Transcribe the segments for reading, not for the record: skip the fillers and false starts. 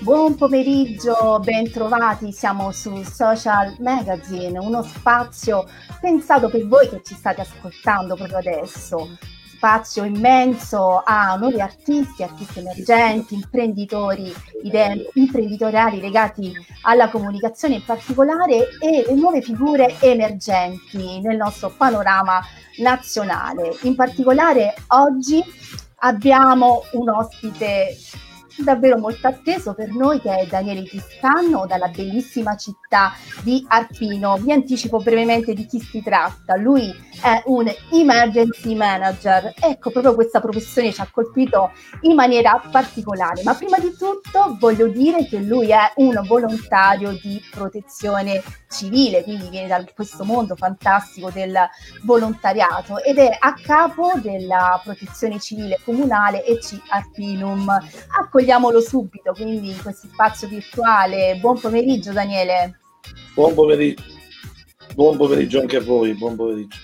Buon pomeriggio, bentrovati, siamo su Social Magazine, uno spazio pensato per voi che ci state ascoltando proprio adesso. Spazio immenso a nuovi artisti emergenti, imprenditori, idee imprenditoriali legati alla comunicazione in particolare e le nuove figure emergenti nel nostro panorama nazionale. In particolare oggi abbiamo un ospite davvero molto atteso per noi, che è Daniele Tiscanno, dalla bellissima città di Arpino. Vi anticipo brevemente di chi si tratta. Lui è un emergency manager. Ecco, proprio questa professione ci ha colpito in maniera particolare. Ma prima di tutto voglio dire che lui è un volontario di protezione civile, quindi viene da questo mondo fantastico del volontariato ed è a capo della protezione civile comunale EC Arpinum. Accogliamolo subito, quindi in questo spazio virtuale. Buon pomeriggio Daniele. Buon pomeriggio anche a voi, buon pomeriggio.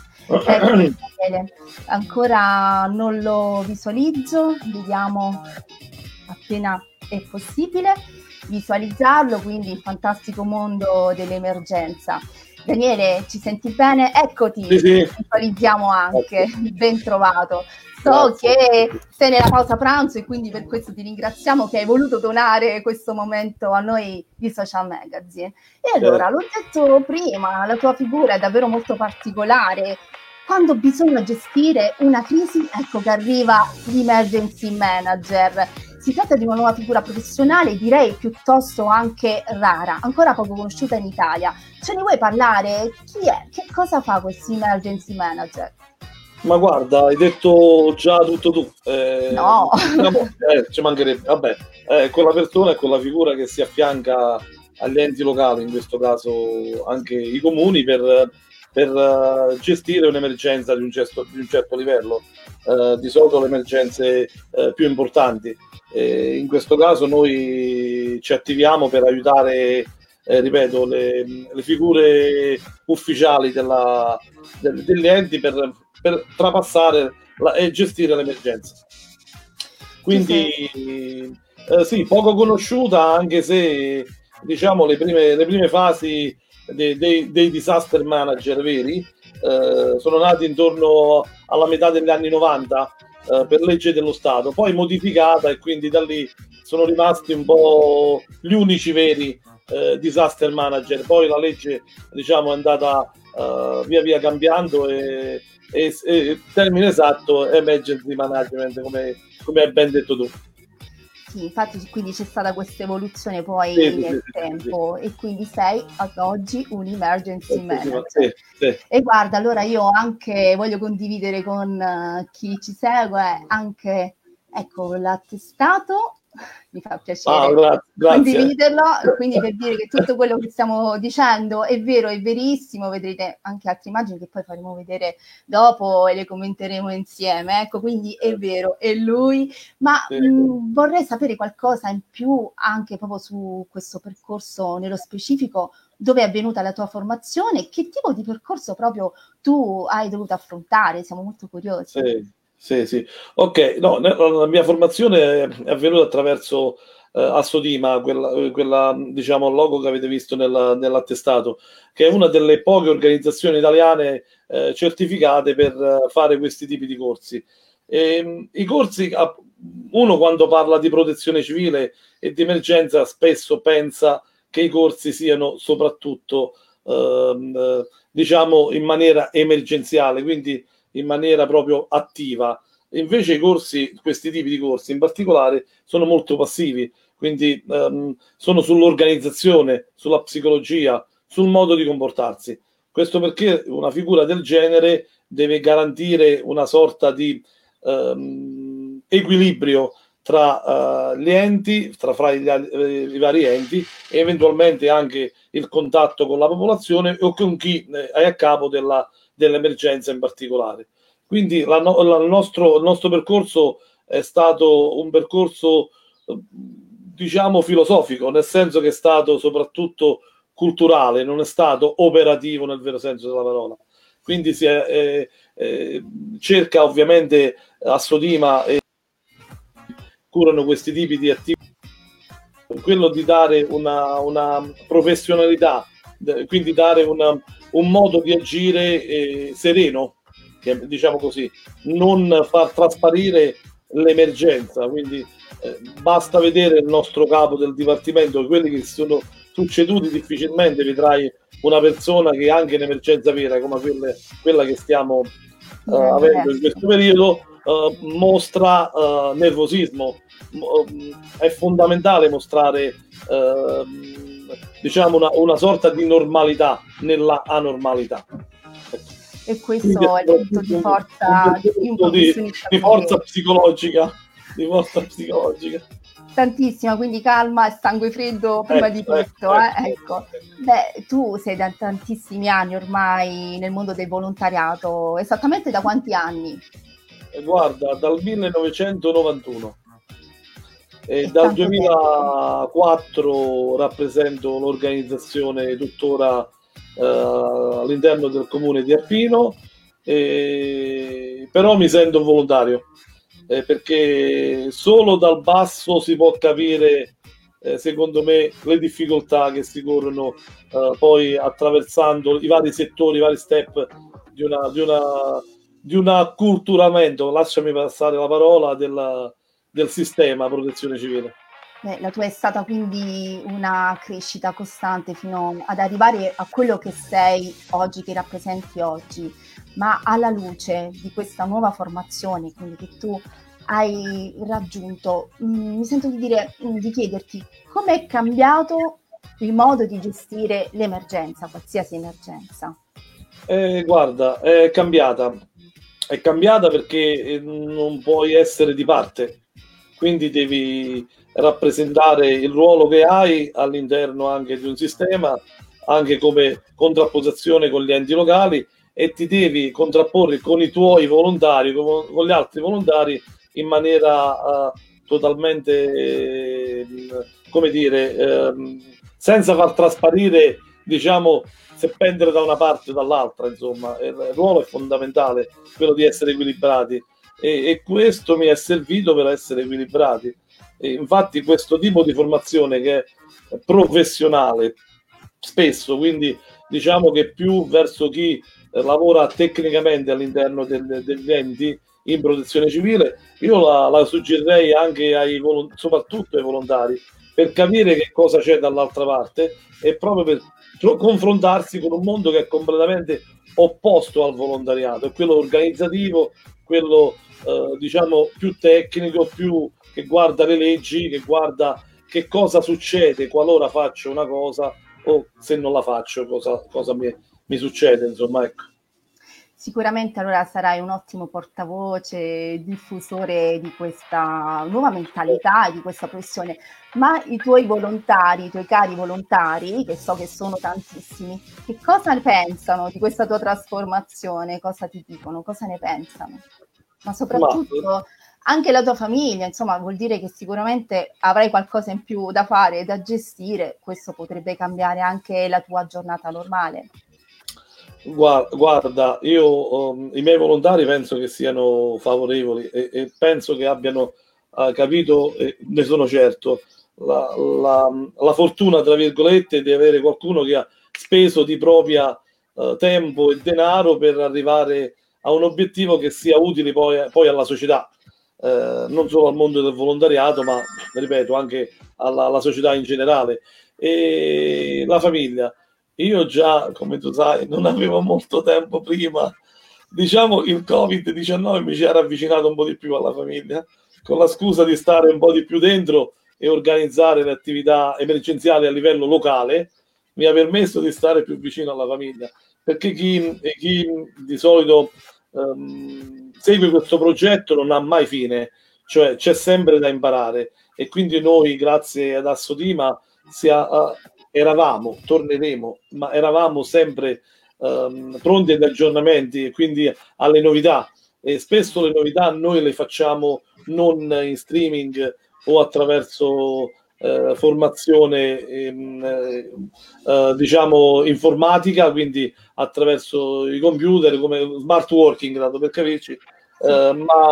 Daniele, ancora non lo visualizzo, vediamo appena è possibile visualizzarlo, quindi il fantastico mondo dell'emergenza. Daniele, ci senti bene? Eccoti, sì. Visualizziamo anche, ben trovato. So che sei nella pausa pranzo e quindi per questo ti ringraziamo che hai voluto donare questo momento a noi di Social Magazine. E allora, l'ho detto prima, la tua figura è davvero molto particolare. Quando bisogna gestire una crisi, ecco che arriva l'emergency manager. Si tratta di una nuova figura professionale, direi piuttosto anche rara, ancora poco conosciuta in Italia. Ce ne vuoi parlare? Chi è? Che cosa fa questo emergency manager? Ma guarda, hai detto già tutto tu. No. Ci mancherebbe. Vabbè, quella persona è quella figura che si affianca agli enti locali, in questo caso anche i comuni, per gestire un'emergenza di un certo livello, di solito le emergenze più importanti. In questo caso noi ci attiviamo per aiutare, ripeto, le figure ufficiali degli enti per trapassare e gestire l'emergenza. Quindi sì, poco conosciuta, anche se diciamo le prime fasi dei disaster manager veri sono nati intorno alla metà degli anni 90 per legge dello Stato, poi modificata, e quindi da lì sono rimasti un po' gli unici veri disaster manager. Poi la legge, diciamo, è andata via via cambiando e termine esatto emergency management, come hai ben detto tu. Sì, infatti quindi c'è stata questa evoluzione poi nel tempo. E quindi sei ad oggi un emergency manager. E guarda, allora io anche voglio condividere con chi ci segue anche, ecco, l'attestato. Mi fa piacere condividerlo, quindi per dire che tutto quello che stiamo dicendo è vero, è verissimo. Vedrete anche altre immagini che poi faremo vedere dopo e le commenteremo insieme, ecco, quindi è vero, è lui. Ma vorrei sapere qualcosa in più anche proprio su questo percorso nello specifico, dove è avvenuta la tua formazione, che tipo di percorso proprio tu hai dovuto affrontare, siamo molto curiosi. Sì. Ok, no, la mia formazione è avvenuta attraverso Assodima, quella diciamo logo che avete visto nell'attestato, che è una delle poche organizzazioni italiane certificate per fare questi tipi di corsi. I corsi, uno quando parla di protezione civile e di emergenza spesso pensa che i corsi siano soprattutto diciamo in maniera emergenziale, quindi in maniera proprio attiva. Invece i corsi, questi tipi di corsi in particolare, sono molto passivi, quindi sono sull'organizzazione, sulla psicologia, sul modo di comportarsi. Questo perché una figura del genere deve garantire una sorta di equilibrio tra gli enti, fra i vari enti, e eventualmente anche il contatto con la popolazione o con chi è a capo dell'emergenza in particolare. Quindi il nostro percorso è stato un percorso diciamo filosofico, nel senso che è stato soprattutto culturale, non è stato operativo nel vero senso della parola. Quindi cerca ovviamente a Sodima curano questi tipi di attività quello di dare una professionalità, quindi dare un modo di agire sereno, diciamo così, non far trasparire l'emergenza. Quindi basta vedere il nostro capo del dipartimento, quelli che si sono succeduti, difficilmente vedrai una persona che anche in emergenza vera come quella che stiamo avendo in questo periodo mostra nervosismo. È fondamentale mostrare diciamo una sorta di normalità nella anormalità. E questo è il punto di forza di forza psicologica, tantissima, quindi calma e sangue freddo prima di tutto. Ecco. Beh, tu sei da tantissimi anni ormai nel mondo del volontariato, esattamente da quanti anni? Guarda, dal 1991 e dal 2004 rappresento l'organizzazione tuttora all'interno del comune di Arpino, però mi sento volontario. Perché solo dal basso si può capire, secondo me, le difficoltà che si corrono poi attraversando i vari settori, i vari step di un acculturamento, lasciami passare la parola, del sistema protezione civile. La tua è stata quindi una crescita costante fino ad arrivare a quello che sei oggi, che rappresenti oggi. Ma alla luce di questa nuova formazione, quindi che tu hai raggiunto, mi sento di chiederti come è cambiato il modo di gestire l'emergenza, qualsiasi emergenza. Guarda, è cambiata perché non puoi essere di parte, quindi devi rappresentare il ruolo che hai all'interno anche di un sistema, anche come contrapposizione con gli enti locali, e ti devi contrapporre con i tuoi volontari, con gli altri volontari, in maniera totalmente, come dire, senza far trasparire, diciamo, se pendere da una parte o dall'altra. Insomma, il ruolo è fondamentale, quello di essere equilibrati, e questo mi è servito per essere equilibrati. E infatti questo tipo di formazione, che è professionale spesso, quindi diciamo che più verso chi lavora tecnicamente all'interno degli enti in protezione civile, io la suggerirei anche soprattutto ai volontari, per capire che cosa c'è dall'altra parte, e proprio per confrontarsi con un mondo che è completamente opposto al volontariato, è quello organizzativo, quello diciamo più tecnico, più che guarda le leggi, che guarda che cosa succede qualora faccio una cosa, o se non la faccio cosa mi succede, insomma, ecco. Sicuramente allora sarai un ottimo portavoce, diffusore di questa nuova mentalità e di questa professione. Ma i tuoi volontari, i tuoi cari volontari, che so che sono tantissimi, che cosa ne pensano di questa tua trasformazione? Cosa ti dicono? Cosa ne pensano? Ma soprattutto anche la tua famiglia, insomma, vuol dire che sicuramente avrai qualcosa in più da fare e da gestire. Questo potrebbe cambiare anche la tua giornata normale. Guarda, io i miei volontari penso che siano favorevoli, e penso che abbiano capito, ne sono certo, la fortuna, tra virgolette, di avere qualcuno che ha speso di propria tempo e denaro per arrivare a un obiettivo che sia utile poi alla società, non solo al mondo del volontariato, ma, ripeto, anche alla società in generale. E la famiglia. Io già, come tu sai, non avevo molto tempo prima. Diciamo, il Covid-19 mi ci era avvicinato un po' di più alla famiglia, con la scusa di stare un po' di più dentro e organizzare le attività emergenziali a livello locale. Mi ha permesso di stare più vicino alla famiglia, perché chi di solito segue questo progetto non ha mai fine, cioè c'è sempre da imparare, e quindi noi, grazie ad Assodima, torneremo, ma eravamo sempre pronti agli aggiornamenti e quindi alle novità, e spesso le novità noi le facciamo non in streaming o attraverso formazione diciamo informatica, quindi attraverso i computer, come smart working, dato per capirci, ma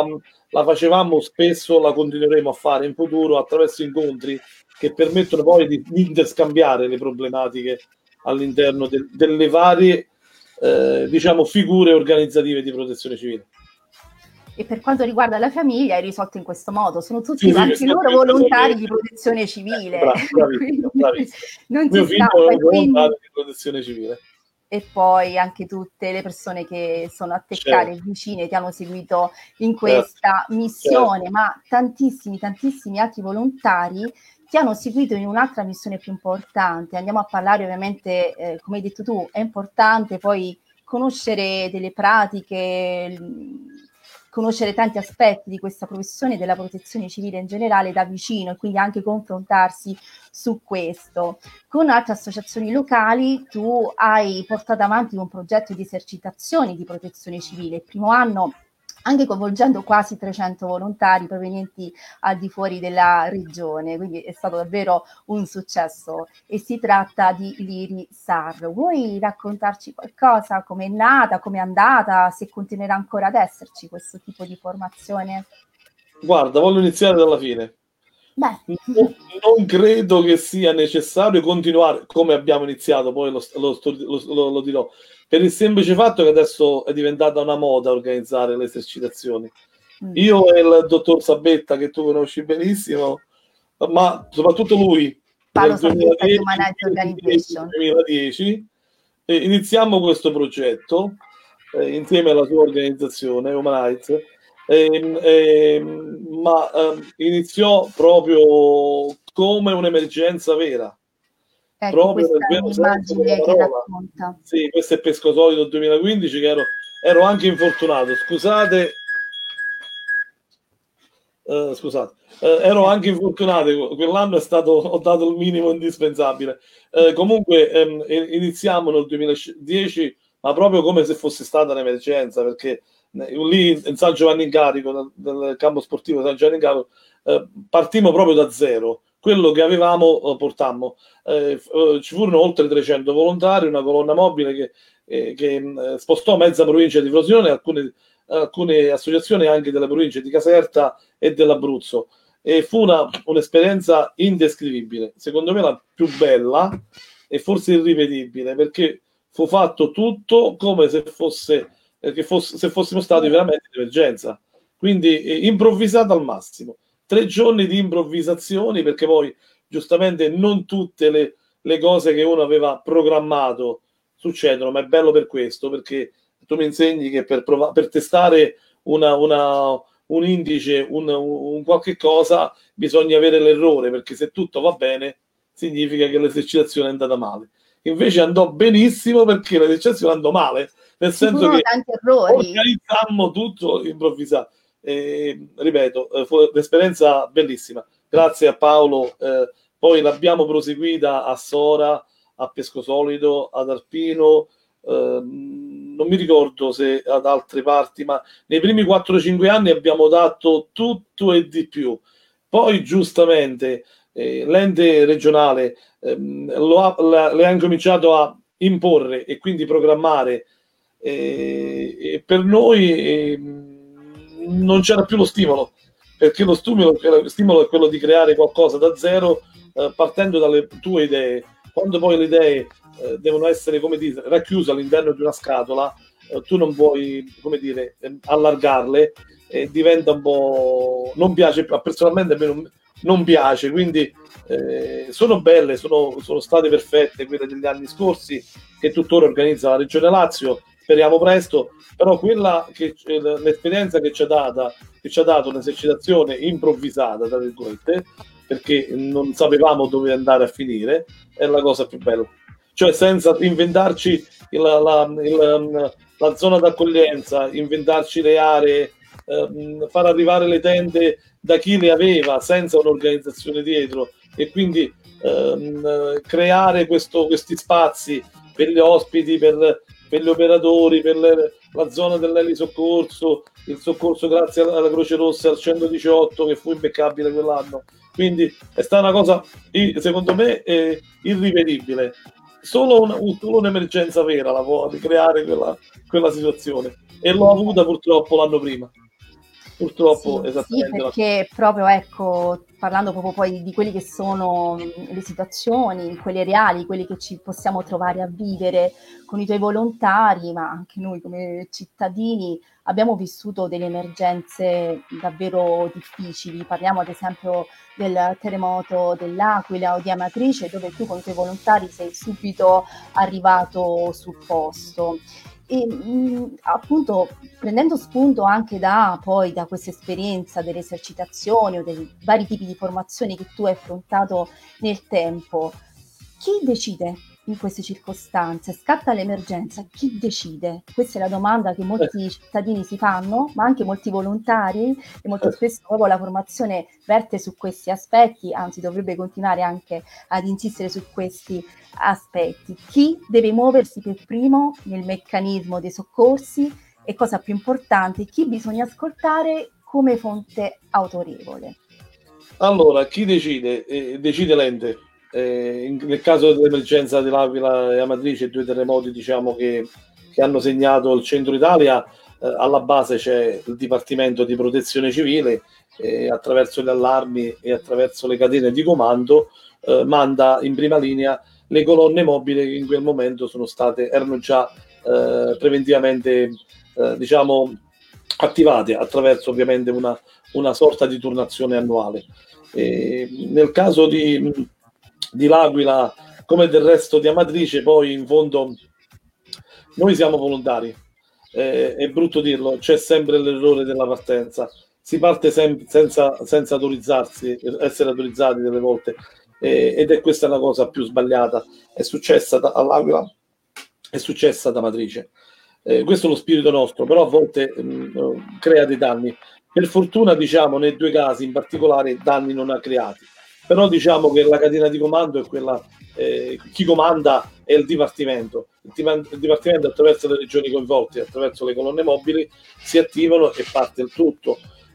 la facevamo spesso, la continueremo a fare in futuro attraverso incontri che permettono poi di interscambiare le problematiche all'interno delle varie diciamo figure organizzative di protezione civile. E per quanto riguarda la famiglia è risolto in questo modo, sono tutti quanti loro volontari di protezione civile. Bravissimo. Non mio si figlio scappa, è un volontario di protezione civile. E poi anche tutte le persone che sono a te care e vicine ti hanno seguito in questa missione, ma tantissimi altri volontari ti hanno seguito in un'altra missione più importante. Andiamo a parlare ovviamente, come hai detto tu, è importante poi conoscere delle pratiche, conoscere tanti aspetti di questa professione, della protezione civile in generale da vicino, e quindi anche confrontarsi su questo. Con altre associazioni locali tu hai portato avanti un progetto di esercitazioni di protezione civile, il primo anno anche coinvolgendo quasi 300 volontari provenienti al di fuori della regione, quindi è stato davvero un successo, e si tratta di Liri SAR. Vuoi raccontarci qualcosa? Come è nata, come è andata, se continuerà ancora ad esserci questo tipo di formazione? Guarda, voglio iniziare dalla fine. Non credo che sia necessario continuare come abbiamo iniziato, poi lo dirò, per il semplice fatto che adesso è diventata una moda organizzare le esercitazioni. Io e il dottor Sabetta, che tu conosci benissimo, ma soprattutto lui, Paolo Sabetta di Humanites Organization. 2010, iniziamo questo progetto insieme alla sua organizzazione Humanites, ma iniziò proprio come un'emergenza vera. Ecco, proprio nel vero senso della parola. Sì, questo è Pescosolido 2015, che ero anche infortunato. Scusate, ero anche infortunato, quell'anno ho dato il minimo indispensabile. Comunque iniziamo nel 2010, ma proprio come se fosse stata un'emergenza, perché lì in San Giovanni in Carico, nel campo sportivo San Giovanni in Carico, partimmo proprio da zero. Quello che avevamo portammo. Ci furono oltre 300 volontari, una colonna mobile che spostò mezza provincia di Frosinone, alcune associazioni anche delle province di Caserta e dell'Abruzzo, e fu un'esperienza indescrivibile, secondo me la più bella e forse irripetibile, perché fu fatto tutto come se fossimo stati veramente in emergenza, quindi improvvisato al massimo. 3 giorni di improvvisazioni, perché poi giustamente non tutte le cose che uno aveva programmato succedono, ma è bello per questo, perché tu mi insegni che per testare un indice, un qualche cosa, bisogna avere l'errore, perché se tutto va bene significa che l'esercitazione è andata male. Invece andò benissimo, perché l'esercitazione andò male, nel senso che organizzammo tutto improvvisato. Ripeto, fu un'esperienza bellissima. Grazie a Paolo, poi l'abbiamo proseguita a Sora, a Pescosolido, ad Arpino, non mi ricordo se ad altre parti, ma nei primi 4-5 anni abbiamo dato tutto e di più. Poi giustamente l'ente regionale le ha incominciato a imporre e quindi programmare, e per noi non c'era più lo stimolo, perché lo stimolo è quello di creare qualcosa da zero, partendo dalle tue idee. Quando poi le idee devono essere, come dire, racchiuse all'interno di una scatola, tu non puoi, come dire, allargarle, e diventa un po'... non piace, personalmente a me non piace, quindi sono belle, sono state perfette quelle degli anni scorsi, che tuttora organizza la Regione Lazio, speriamo presto, però l'esperienza che ci ha dato un'esercitazione improvvisata, tra virgolette, perché non sapevamo dove andare a finire, è la cosa più bella. Cioè senza inventarci la zona d'accoglienza, inventarci le aree, far arrivare le tende da chi le aveva, senza un'organizzazione dietro, e quindi creare questi spazi per gli ospiti, per gli operatori, per la zona dell'elisoccorso, il soccorso grazie alla Croce Rossa, al 118, che fu impeccabile quell'anno. Quindi è stata una cosa, secondo me, irripetibile. Solo un'emergenza vera la può ricreare quella situazione, e l'ho avuta purtroppo l'anno prima. Purtroppo Sì, sì, esattamente perché proprio, ecco, parlando proprio poi di quelle che sono le situazioni, quelle reali, quelle che ci possiamo trovare a vivere con i tuoi volontari, ma anche noi come cittadini, abbiamo vissuto delle emergenze davvero difficili. Parliamo ad esempio del terremoto dell'Aquila o di Amatrice, dove tu con i tuoi volontari sei subito arrivato sul posto. E appunto prendendo spunto anche da poi da questa esperienza delle esercitazioni o dei vari tipi di formazioni che tu hai affrontato nel tempo, chi decide in queste circostanze? Scatta l'emergenza, chi decide? Questa è la domanda che molti cittadini si fanno, ma anche molti volontari, e molto spesso proprio la formazione verte su questi aspetti, anzi dovrebbe continuare anche ad insistere su questi aspetti. Chi deve muoversi per primo nel meccanismo dei soccorsi e, cosa più importante, chi bisogna ascoltare come fonte autorevole. Allora, chi decide? Decide l'ente. Nel caso dell'emergenza dell'Aquila e Amatrice, due terremoti diciamo che hanno segnato il centro Italia, alla base c'è il Dipartimento di Protezione Civile, attraverso gli allarmi e attraverso le catene di comando, manda in prima linea le colonne mobili che in quel momento erano già preventivamente diciamo attivate attraverso ovviamente una sorta di turnazione annuale. Nel caso di L'Aquila, come del resto di Amatrice, poi in fondo noi siamo volontari, è brutto dirlo, c'è sempre l'errore della partenza, si parte senza autorizzarsi, essere autorizzati delle volte, ed è questa la cosa più sbagliata. È successa all'Aquila, è successa ad Amatrice. Questo è lo spirito nostro, però a volte crea dei danni. Per fortuna, diciamo, nei due casi in particolare danni non ha creati. Però diciamo che la catena di comando è quella, chi comanda è il Dipartimento. Il Dipartimento attraverso le regioni coinvolte, attraverso le colonne mobili, si attivano e parte il tutto.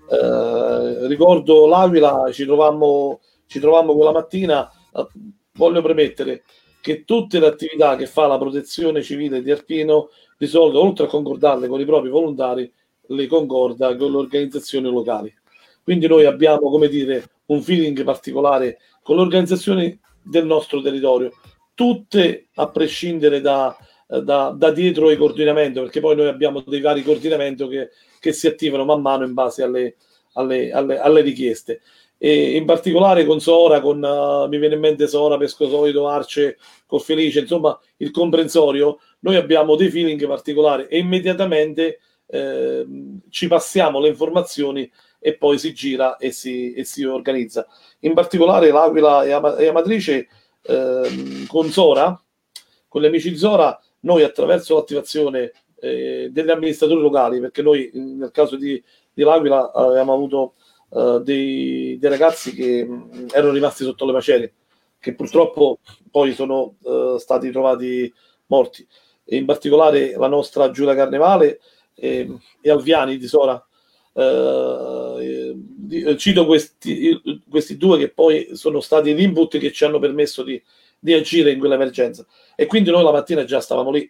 Ricordo l'Aquila, ci trovammo quella mattina, voglio premettere che tutte le attività che fa la protezione civile di Arpino, di solito, oltre a concordarle con i propri volontari, le concorda con le organizzazioni locali. Quindi noi abbiamo, come dire, un feeling particolare con le organizzazioni del nostro territorio, tutte a prescindere da dietro i coordinamenti, perché poi noi abbiamo dei vari coordinamenti che si attivano man mano in base alle richieste. E in particolare con Sora, mi viene in mente Sora, Pescosolito, Arce, Colfelice, insomma il comprensorio, noi abbiamo dei feeling particolari e immediatamente ci passiamo le informazioni e poi si gira e si organizza. In particolare l'Aquila e Amatrice con Sora, con gli amici di Sora, noi attraverso l'attivazione degli amministratori locali, perché noi nel caso di L'Aquila avevamo avuto dei ragazzi che erano rimasti sotto le macerie, che purtroppo poi sono stati trovati morti. E in particolare la nostra Giulia Carnevale e Alviani di Sora. Cito questi due che poi sono stati l'input che ci hanno permesso di agire in quell'emergenza. E quindi noi la mattina già stavamo lì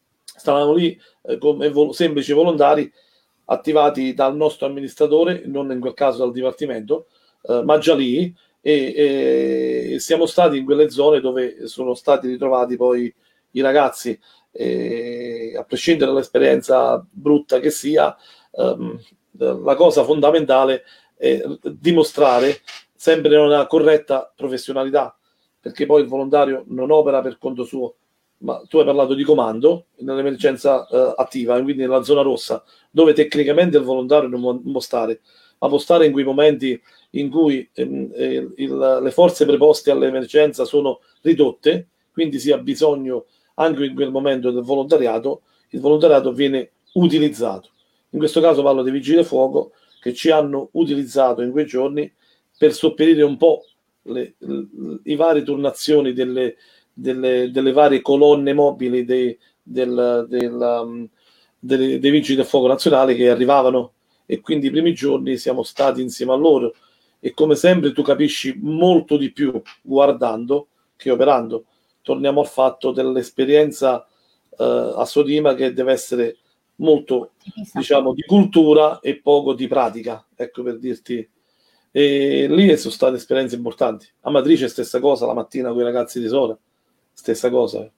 come semplici volontari attivati dal nostro amministratore, non in quel caso dal Dipartimento, ma già lì, e siamo stati in quelle zone dove sono stati ritrovati poi i ragazzi, a prescindere dall'esperienza brutta che sia, la cosa fondamentale è dimostrare sempre una corretta professionalità, perché poi il volontario non opera per conto suo, ma tu hai parlato di comando nell'emergenza attiva, quindi nella zona rossa, dove tecnicamente il volontario non può stare, ma può stare in quei momenti in cui le forze preposte all'emergenza sono ridotte, quindi si ha bisogno anche in quel momento del volontariato, il volontariato viene utilizzato. In questo caso parlo dei vigili del fuoco che ci hanno utilizzato in quei giorni per sopperire un po' i varie turnazioni delle varie colonne mobili dei vigili del fuoco nazionale che arrivavano, e quindi i primi giorni siamo stati insieme a loro, e come sempre tu capisci molto di più guardando che operando. Torniamo al fatto dell'esperienza a Sodima, che deve essere molto, diciamo, di cultura e poco di pratica, ecco, per dirti. E lì sono state esperienze importanti. A Matrice stessa cosa, la mattina con i ragazzi di Sora, stessa cosa.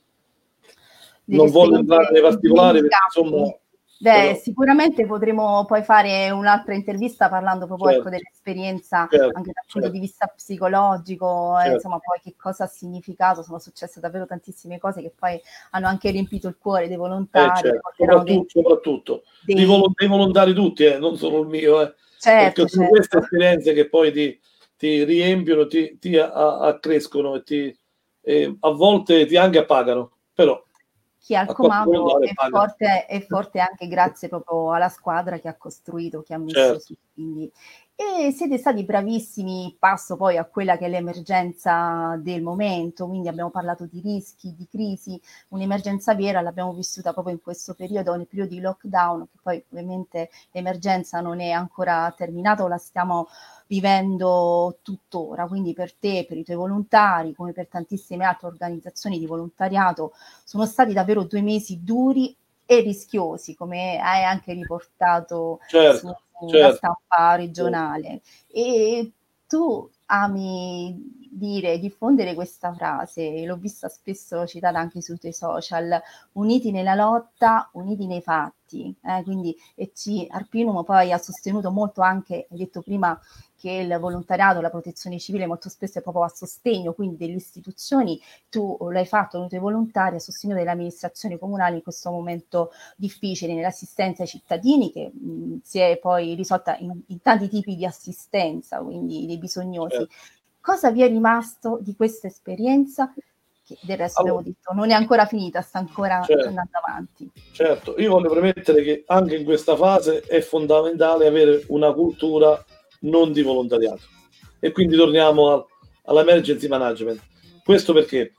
Non voglio entrare nei particolari perché, insomma, però sicuramente potremo poi fare un'altra intervista parlando proprio ecco, dell'esperienza anche dal punto di vista psicologico, insomma poi che cosa ha significato. Sono successe davvero tantissime cose che poi hanno anche riempito il cuore dei volontari. Soprattutto dei volontari tutti, non solo il mio, perché sono queste esperienze che poi ti riempiono, ti accrescono e a volte ti anche appagano, però chi ha il comando è forte anche grazie proprio alla squadra che ha costruito, che ha messo su. Quindi. E siete stati bravissimi, passo poi a quella che è l'emergenza del momento, quindi abbiamo parlato di rischi, di crisi, un'emergenza vera l'abbiamo vissuta proprio in questo periodo, nel periodo di lockdown, che poi ovviamente l'emergenza non è ancora terminata o la stiamo vivendo tuttora, quindi per te, per i tuoi volontari, come per tantissime altre organizzazioni di volontariato, sono stati davvero 2 mesi duri e rischiosi, come hai anche riportato sulla stampa regionale. E tu ami diffondere questa frase, l'ho vista spesso citata anche sui tuoi social, uniti nella lotta, uniti nei fatti, quindi EC Arpinum poi ha sostenuto molto anche, hai detto prima, che il volontariato, la protezione civile molto spesso è proprio a sostegno quindi delle istituzioni, tu l'hai fatto con i tuoi volontari a sostegno delle amministrazioni comunali in questo momento difficile, nell'assistenza ai cittadini che si è poi risolta in tanti tipi di assistenza, quindi dei bisognosi. Cosa vi è rimasto di questa esperienza? Che del resto abbiamo detto non è ancora finita, sta ancora andando avanti. Certo, io voglio premettere che anche in questa fase è fondamentale avere una cultura non di volontariato e quindi torniamo all'emergency management. Questo perché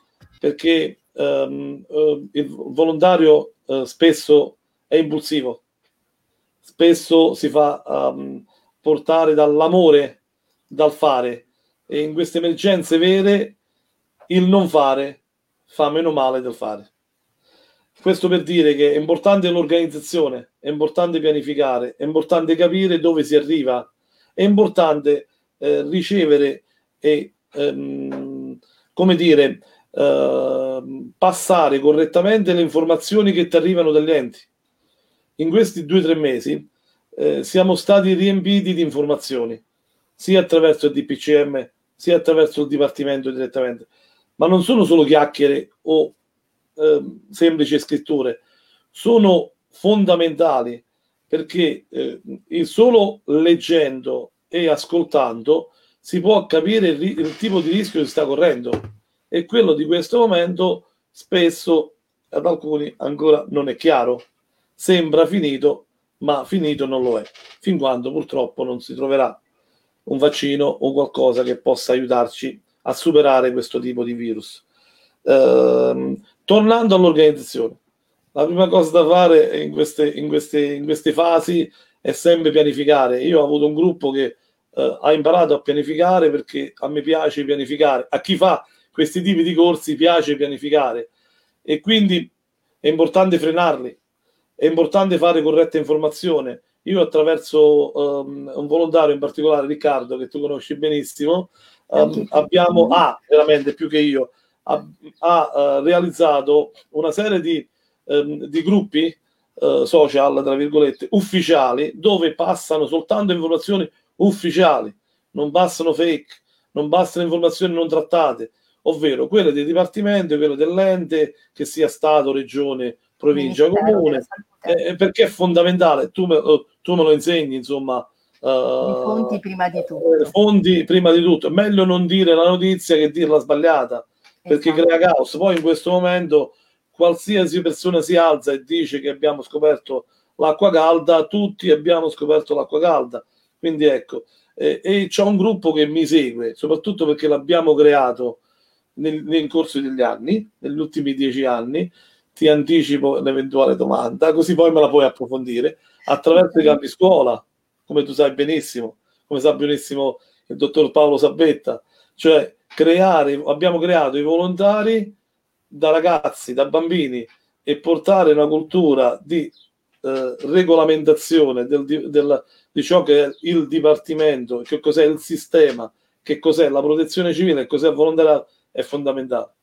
il volontario spesso è impulsivo, spesso si fa portare dall'amore, dal fare, e in queste emergenze vere il non fare fa meno male del fare. Questo per dire che è importante l'organizzazione, è importante pianificare, è importante capire dove si arriva, è importante ricevere e come dire passare correttamente le informazioni che ti arrivano dagli enti. In questi 2 o 3 mesi siamo stati riempiti di informazioni, sia attraverso il DPCM, sia attraverso il Dipartimento direttamente, ma non sono solo chiacchiere o semplici scritture, sono fondamentali perché solo leggendo e ascoltando si può capire il tipo di rischio che si sta correndo, e quello di questo momento spesso ad alcuni ancora non è chiaro, sembra finito, ma finito non lo è, fin quando purtroppo non si troverà un vaccino o qualcosa che possa aiutarci a superare questo tipo di virus. Tornando all'organizzazione, la prima cosa da fare in queste fasi è sempre pianificare. Io ho avuto un gruppo che ha imparato a pianificare perché a me piace pianificare, a chi fa questi tipi di corsi piace pianificare, e quindi è importante frenarli, è importante fare corretta informazione. Io attraverso un volontario in particolare, Riccardo, che tu conosci benissimo, abbiamo veramente più che io ha realizzato una serie di gruppi social, tra virgolette, ufficiali, dove passano soltanto informazioni ufficiali, non passano fake, non passano informazioni non trattate, ovvero quelle del dipartimento, quelle dell'ente, che sia Stato, Regione, Provincia, Comune, perché è fondamentale. Tu me lo insegni, insomma. I fonti prima di tutto. Fonti prima di tutto. È meglio non dire la notizia che dirla sbagliata, perché crea caos. Poi in questo momento qualsiasi persona si alza e dice che abbiamo scoperto l'acqua calda, tutti abbiamo scoperto l'acqua calda. Quindi ecco, e c'è un gruppo che mi segue, soprattutto perché l'abbiamo creato nel corso degli anni, negli ultimi 10 anni. Ti anticipo l'eventuale domanda, così poi me la puoi approfondire, attraverso i campi scuola, come tu sai benissimo, come sa benissimo il dottor Paolo Sabetta, cioè abbiamo creato i volontari da ragazzi, da bambini, e portare una cultura di regolamentazione di ciò che è il dipartimento, che cos'è il sistema, che cos'è la protezione civile e cos'è il volontariato è fondamentale.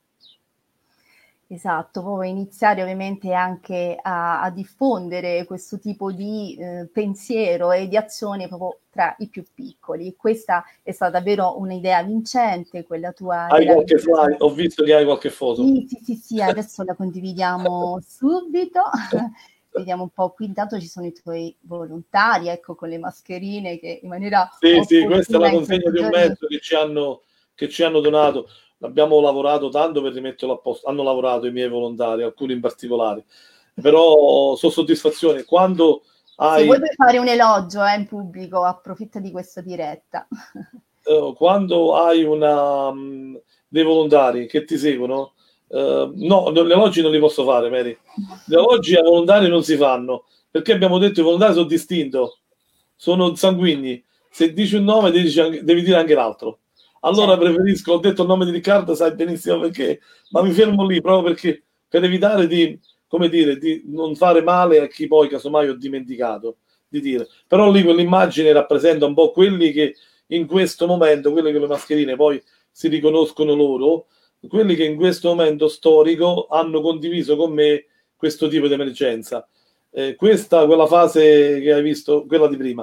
Esatto, proprio iniziare ovviamente anche a diffondere questo tipo di pensiero e di azione proprio tra i più piccoli. Questa è stata davvero un'idea vincente, quella tua Hai della qualche slide? Ho visto che hai qualche foto. Sì, adesso la condividiamo subito. Vediamo un po', qui intanto ci sono i tuoi volontari, ecco, con le mascherine che in maniera Sì, questa è la opportuna in consegna questi di un giorni. mezzo che ci hanno donato. Abbiamo lavorato tanto per rimetterlo a posto. Hanno lavorato i miei volontari, alcuni in particolare. Però so soddisfazione. Quando Se vuoi hai, puoi fare un elogio in pubblico, approfitta di questa diretta. quando hai dei volontari che ti seguono, no, gli elogi non li posso fare, Mary. Gli elogi ai volontari non si fanno, perché abbiamo detto che i volontari sono distinto, sono sanguigni. Se dici un nome devi dire anche l'altro. Allora Certo. preferisco, ho detto il nome di Riccardo, sai benissimo perché, ma mi fermo lì proprio perché per evitare di, come dire, di non fare male a chi poi casomai ho dimenticato di dire. Però lì quell'immagine rappresenta un po' quelli che in questo momento, quelli con le mascherine poi si riconoscono loro, quelli che in questo momento storico hanno condiviso con me questo tipo di emergenza. Quella fase che hai visto, quella di prima.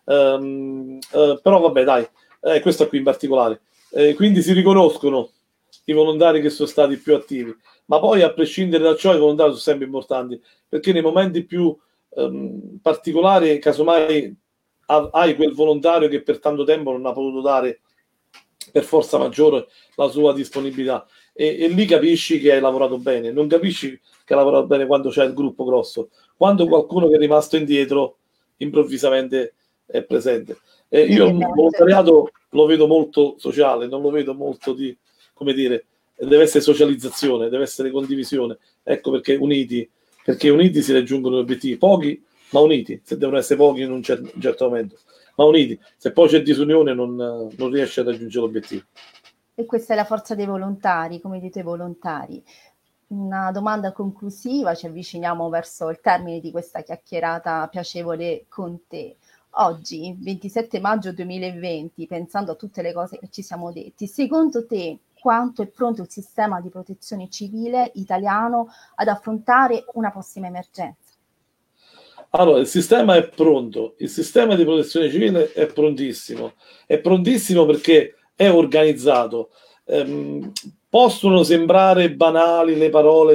Però vabbè, dai, questa qui in particolare. Quindi si riconoscono i volontari che sono stati più attivi, ma poi a prescindere da ciò i volontari sono sempre importanti, perché nei momenti più particolari, casomai hai quel volontario che per tanto tempo non ha potuto dare per forza maggiore la sua disponibilità e lì capisci che hai lavorato bene, non capisci che hai lavorato bene quando c'è il gruppo grosso, quando qualcuno che è rimasto indietro improvvisamente è presente. Io il volontariato lo vedo molto sociale, non lo vedo molto di, come dire, deve essere socializzazione, deve essere condivisione, ecco perché uniti si raggiungono gli obiettivi, pochi ma uniti, se devono essere pochi in un certo momento, ma uniti, se poi c'è disunione non riesce a raggiungere l'obiettivo. E questa è la forza dei volontari, come dite volontari. Una domanda conclusiva, ci avviciniamo verso il termine di questa chiacchierata piacevole con te. Oggi, 27 maggio 2020, pensando a tutte le cose che ci siamo detti, secondo te quanto è pronto il sistema di protezione civile italiano ad affrontare una prossima emergenza? Allora, il sistema è pronto, il sistema di protezione civile è prontissimo perché è organizzato. Possono sembrare banali le parole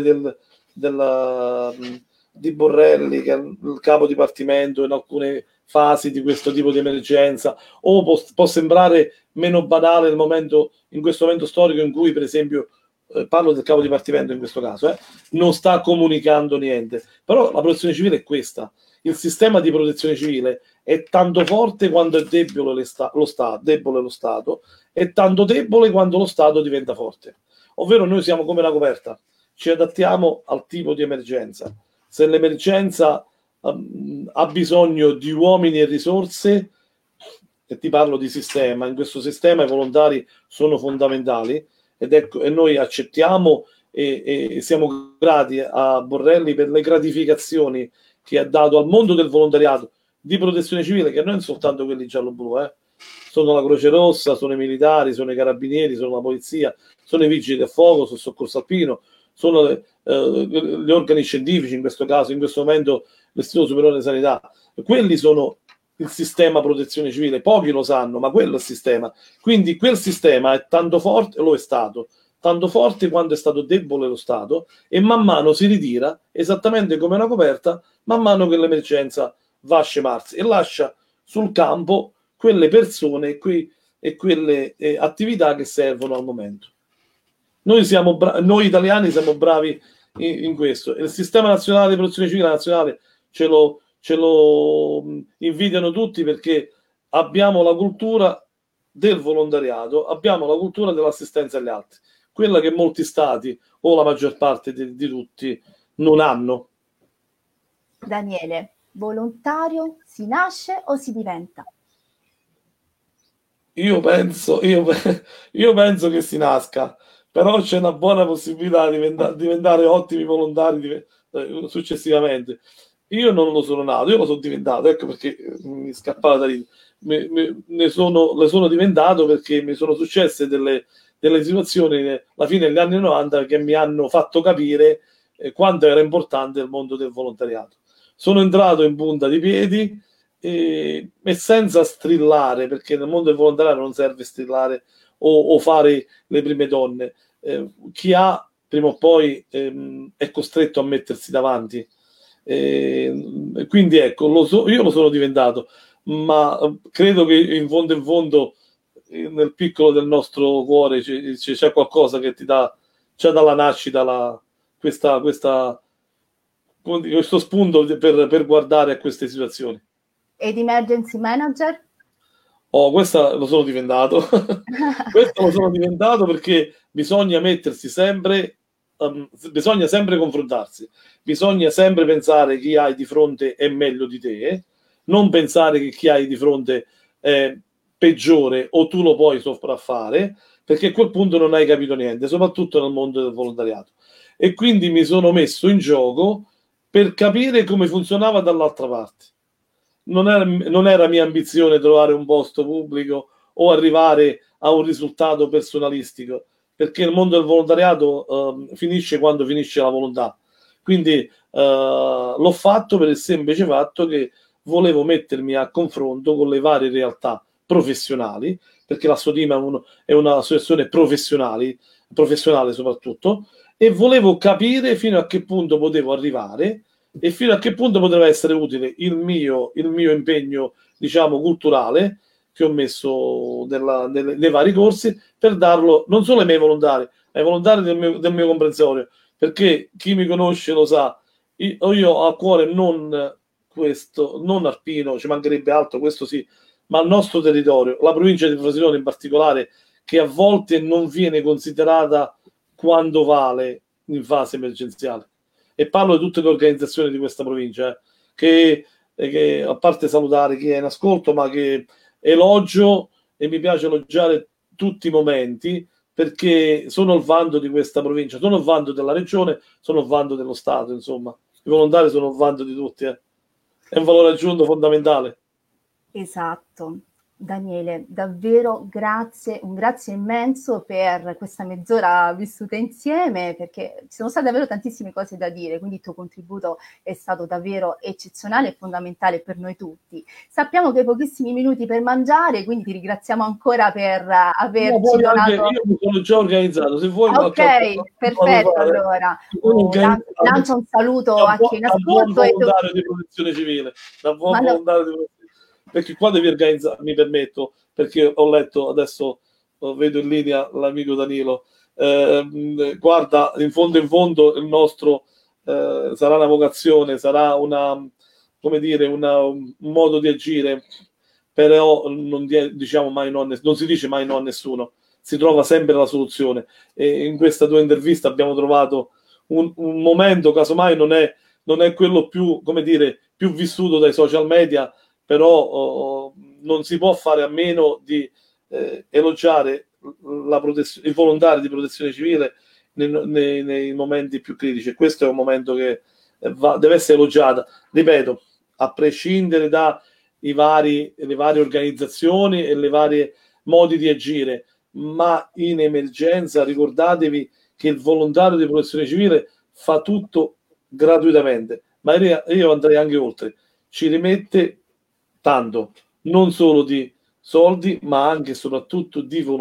di Borrelli, che è il capo dipartimento in alcune fasi di questo tipo di emergenza, o può sembrare meno banale in questo momento storico in cui, per esempio, parlo del capo dipartimento in questo caso, non sta comunicando niente. Però la protezione civile è questa. Il sistema di protezione civile è tanto forte quando è debole lo Stato, è tanto debole quando lo Stato diventa forte. Ovvero noi siamo come una coperta, ci adattiamo al tipo di emergenza. Se l'emergenza ha bisogno di uomini e risorse, e ti parlo di sistema, in questo sistema i volontari sono fondamentali e noi accettiamo e siamo grati a Borrelli per le gratificazioni che ha dato al mondo del volontariato di protezione civile, che non è soltanto quelli giallo-blu, sono la Croce Rossa, sono i militari, sono i carabinieri, sono la polizia, sono i vigili del fuoco, sono il soccorso alpino, sono gli organi scientifici, in questo caso, in questo momento l'Istituto Superiore di Sanità. Quelli sono il sistema protezione civile, pochi lo sanno, ma quello è il sistema. Quindi quel sistema è tanto forte, lo è stato, tanto forte quando è stato debole lo Stato e man mano si ritira, esattamente come una coperta, man mano che l'emergenza va a scemarsi e lascia sul campo quelle persone e quelle attività che servono al momento. Noi italiani siamo bravi in questo. Il sistema nazionale di protezione civile nazionale ce lo invidiano tutti perché abbiamo la cultura del volontariato, abbiamo la cultura dell'assistenza agli altri, quella che molti stati o la maggior parte di tutti non hanno. Daniele, volontario si nasce o si diventa? Io penso che si nasca, però c'è una buona possibilità di diventare ottimi volontari successivamente. Io non lo sono nato, io lo sono diventato, ecco perché mi scappava da ridere. Le sono diventato perché mi sono successe delle situazioni alla fine degli anni 90 che mi hanno fatto capire quanto era importante il mondo del volontariato. Sono entrato in punta di piedi e senza strillare, perché nel mondo del volontariato non serve strillare o fare le prime donne. Chi ha prima o poi è costretto a mettersi davanti. Quindi ecco, io lo sono diventato, ma credo che in fondo nel piccolo del nostro cuore c'è qualcosa che ti dà, c'è dalla nascita questo spunto per guardare a queste situazioni. Ed emergency manager? Oh, questa lo sono diventato. Questo lo sono diventato perché bisogna mettersi sempre, bisogna sempre confrontarsi, bisogna sempre pensare chi hai di fronte è meglio di te, non pensare che chi hai di fronte è peggiore o tu lo puoi sopraffare, perché a quel punto non hai capito niente, soprattutto nel mondo del volontariato. E quindi mi sono messo in gioco per capire come funzionava dall'altra parte. Non era mia ambizione trovare un posto pubblico o arrivare a un risultato personalistico, perché il mondo del volontariato finisce quando finisce la volontà. Quindi l'ho fatto per il semplice fatto che volevo mettermi a confronto con le varie realtà professionali, perché la Sodima è un'associazione professionale soprattutto, e volevo capire fino a che punto potevo arrivare e fino a che punto poteva essere utile il mio impegno, diciamo, culturale che ho messo nei vari corsi per darlo non solo ai miei volontari, ai volontari del mio comprensorio, perché chi mi conosce lo sa, io ho a cuore non questo, non Arpino, ci mancherebbe altro, questo sì, ma il nostro territorio, la provincia di Frosinone in particolare, che a volte non viene considerata quando vale in fase emergenziale. E parlo di tutte le organizzazioni di questa provincia, che a parte salutare chi è in ascolto, ma che elogio e mi piace elogiare tutti i momenti perché sono il vanto di questa provincia, sono il vanto della regione, sono il vanto dello Stato, insomma. I volontari sono il vanto di tutti, eh. È un valore aggiunto fondamentale. Esatto. Daniele, davvero grazie, un grazie immenso per questa mezz'ora vissuta insieme, perché ci sono state davvero tantissime cose da dire, quindi il tuo contributo è stato davvero eccezionale e fondamentale per noi tutti. Sappiamo che hai pochissimi minuti per mangiare, quindi ti ringraziamo ancora per No, averci poi anche donato. io mi sono già organizzato, se vuoi qualche altra Ok, cosa vado a perfetto. fare, Allora, mi sono organizzato lancia un saluto a chi è in da buon ascolto volontario di protezione civile, da buon manda- volontario di protezione civile, perché qua devi organizzare, mi permetto, perché ho letto adesso, vedo in linea l'amico Danilo, guarda, in fondo il nostro sarà una vocazione, sarà come dire, un modo di agire, però diciamo mai no, non si dice mai no a nessuno, si trova sempre la soluzione. E in questa tua intervista abbiamo trovato un momento, casomai non è quello più, come dire, più vissuto dai social media, però non si può fare a meno di elogiare il volontario di protezione civile nei momenti più critici. E questo è un momento che deve essere elogiato, ripeto, a prescindere le varie organizzazioni e le varie modi di agire, ma in emergenza ricordatevi che il volontario di protezione civile fa tutto gratuitamente, ma io andrei anche oltre, ci rimette tanto, non solo di soldi, ma anche e soprattutto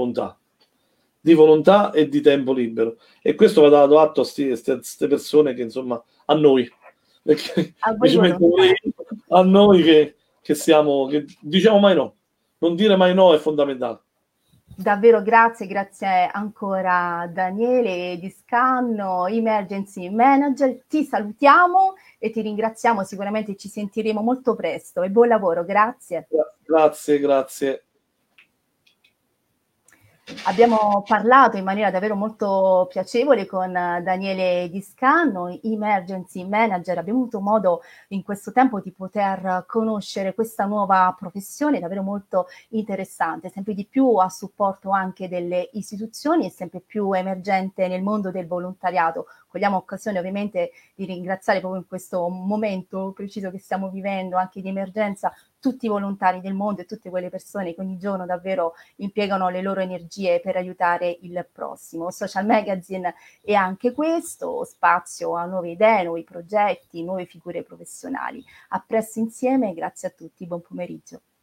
di volontà e di tempo libero. E questo va dato atto a queste persone che insomma a noi, perché a mi voi ci metto pure volontari. io, a noi che siamo, che diciamo mai no. Non dire mai no è fondamentale. Davvero grazie, grazie ancora Daniele di Scanno, Emergency Manager. Ti salutiamo e ti ringraziamo, sicuramente ci sentiremo molto presto e buon lavoro, grazie. Grazie, grazie. Abbiamo parlato in maniera davvero molto piacevole con Daniele Discanno, Emergency Manager. Abbiamo avuto modo in questo tempo di poter conoscere questa nuova professione davvero molto interessante, sempre di più a supporto anche delle istituzioni e sempre più emergente nel mondo del volontariato. Cogliamo occasione ovviamente di ringraziare proprio in questo momento preciso che stiamo vivendo, anche di emergenza, tutti i volontari del mondo e tutte quelle persone che ogni giorno davvero impiegano le loro energie per aiutare il prossimo. Social Magazine è anche questo, spazio a nuove idee, nuovi progetti, nuove figure professionali. A presto insieme, grazie a tutti, buon pomeriggio.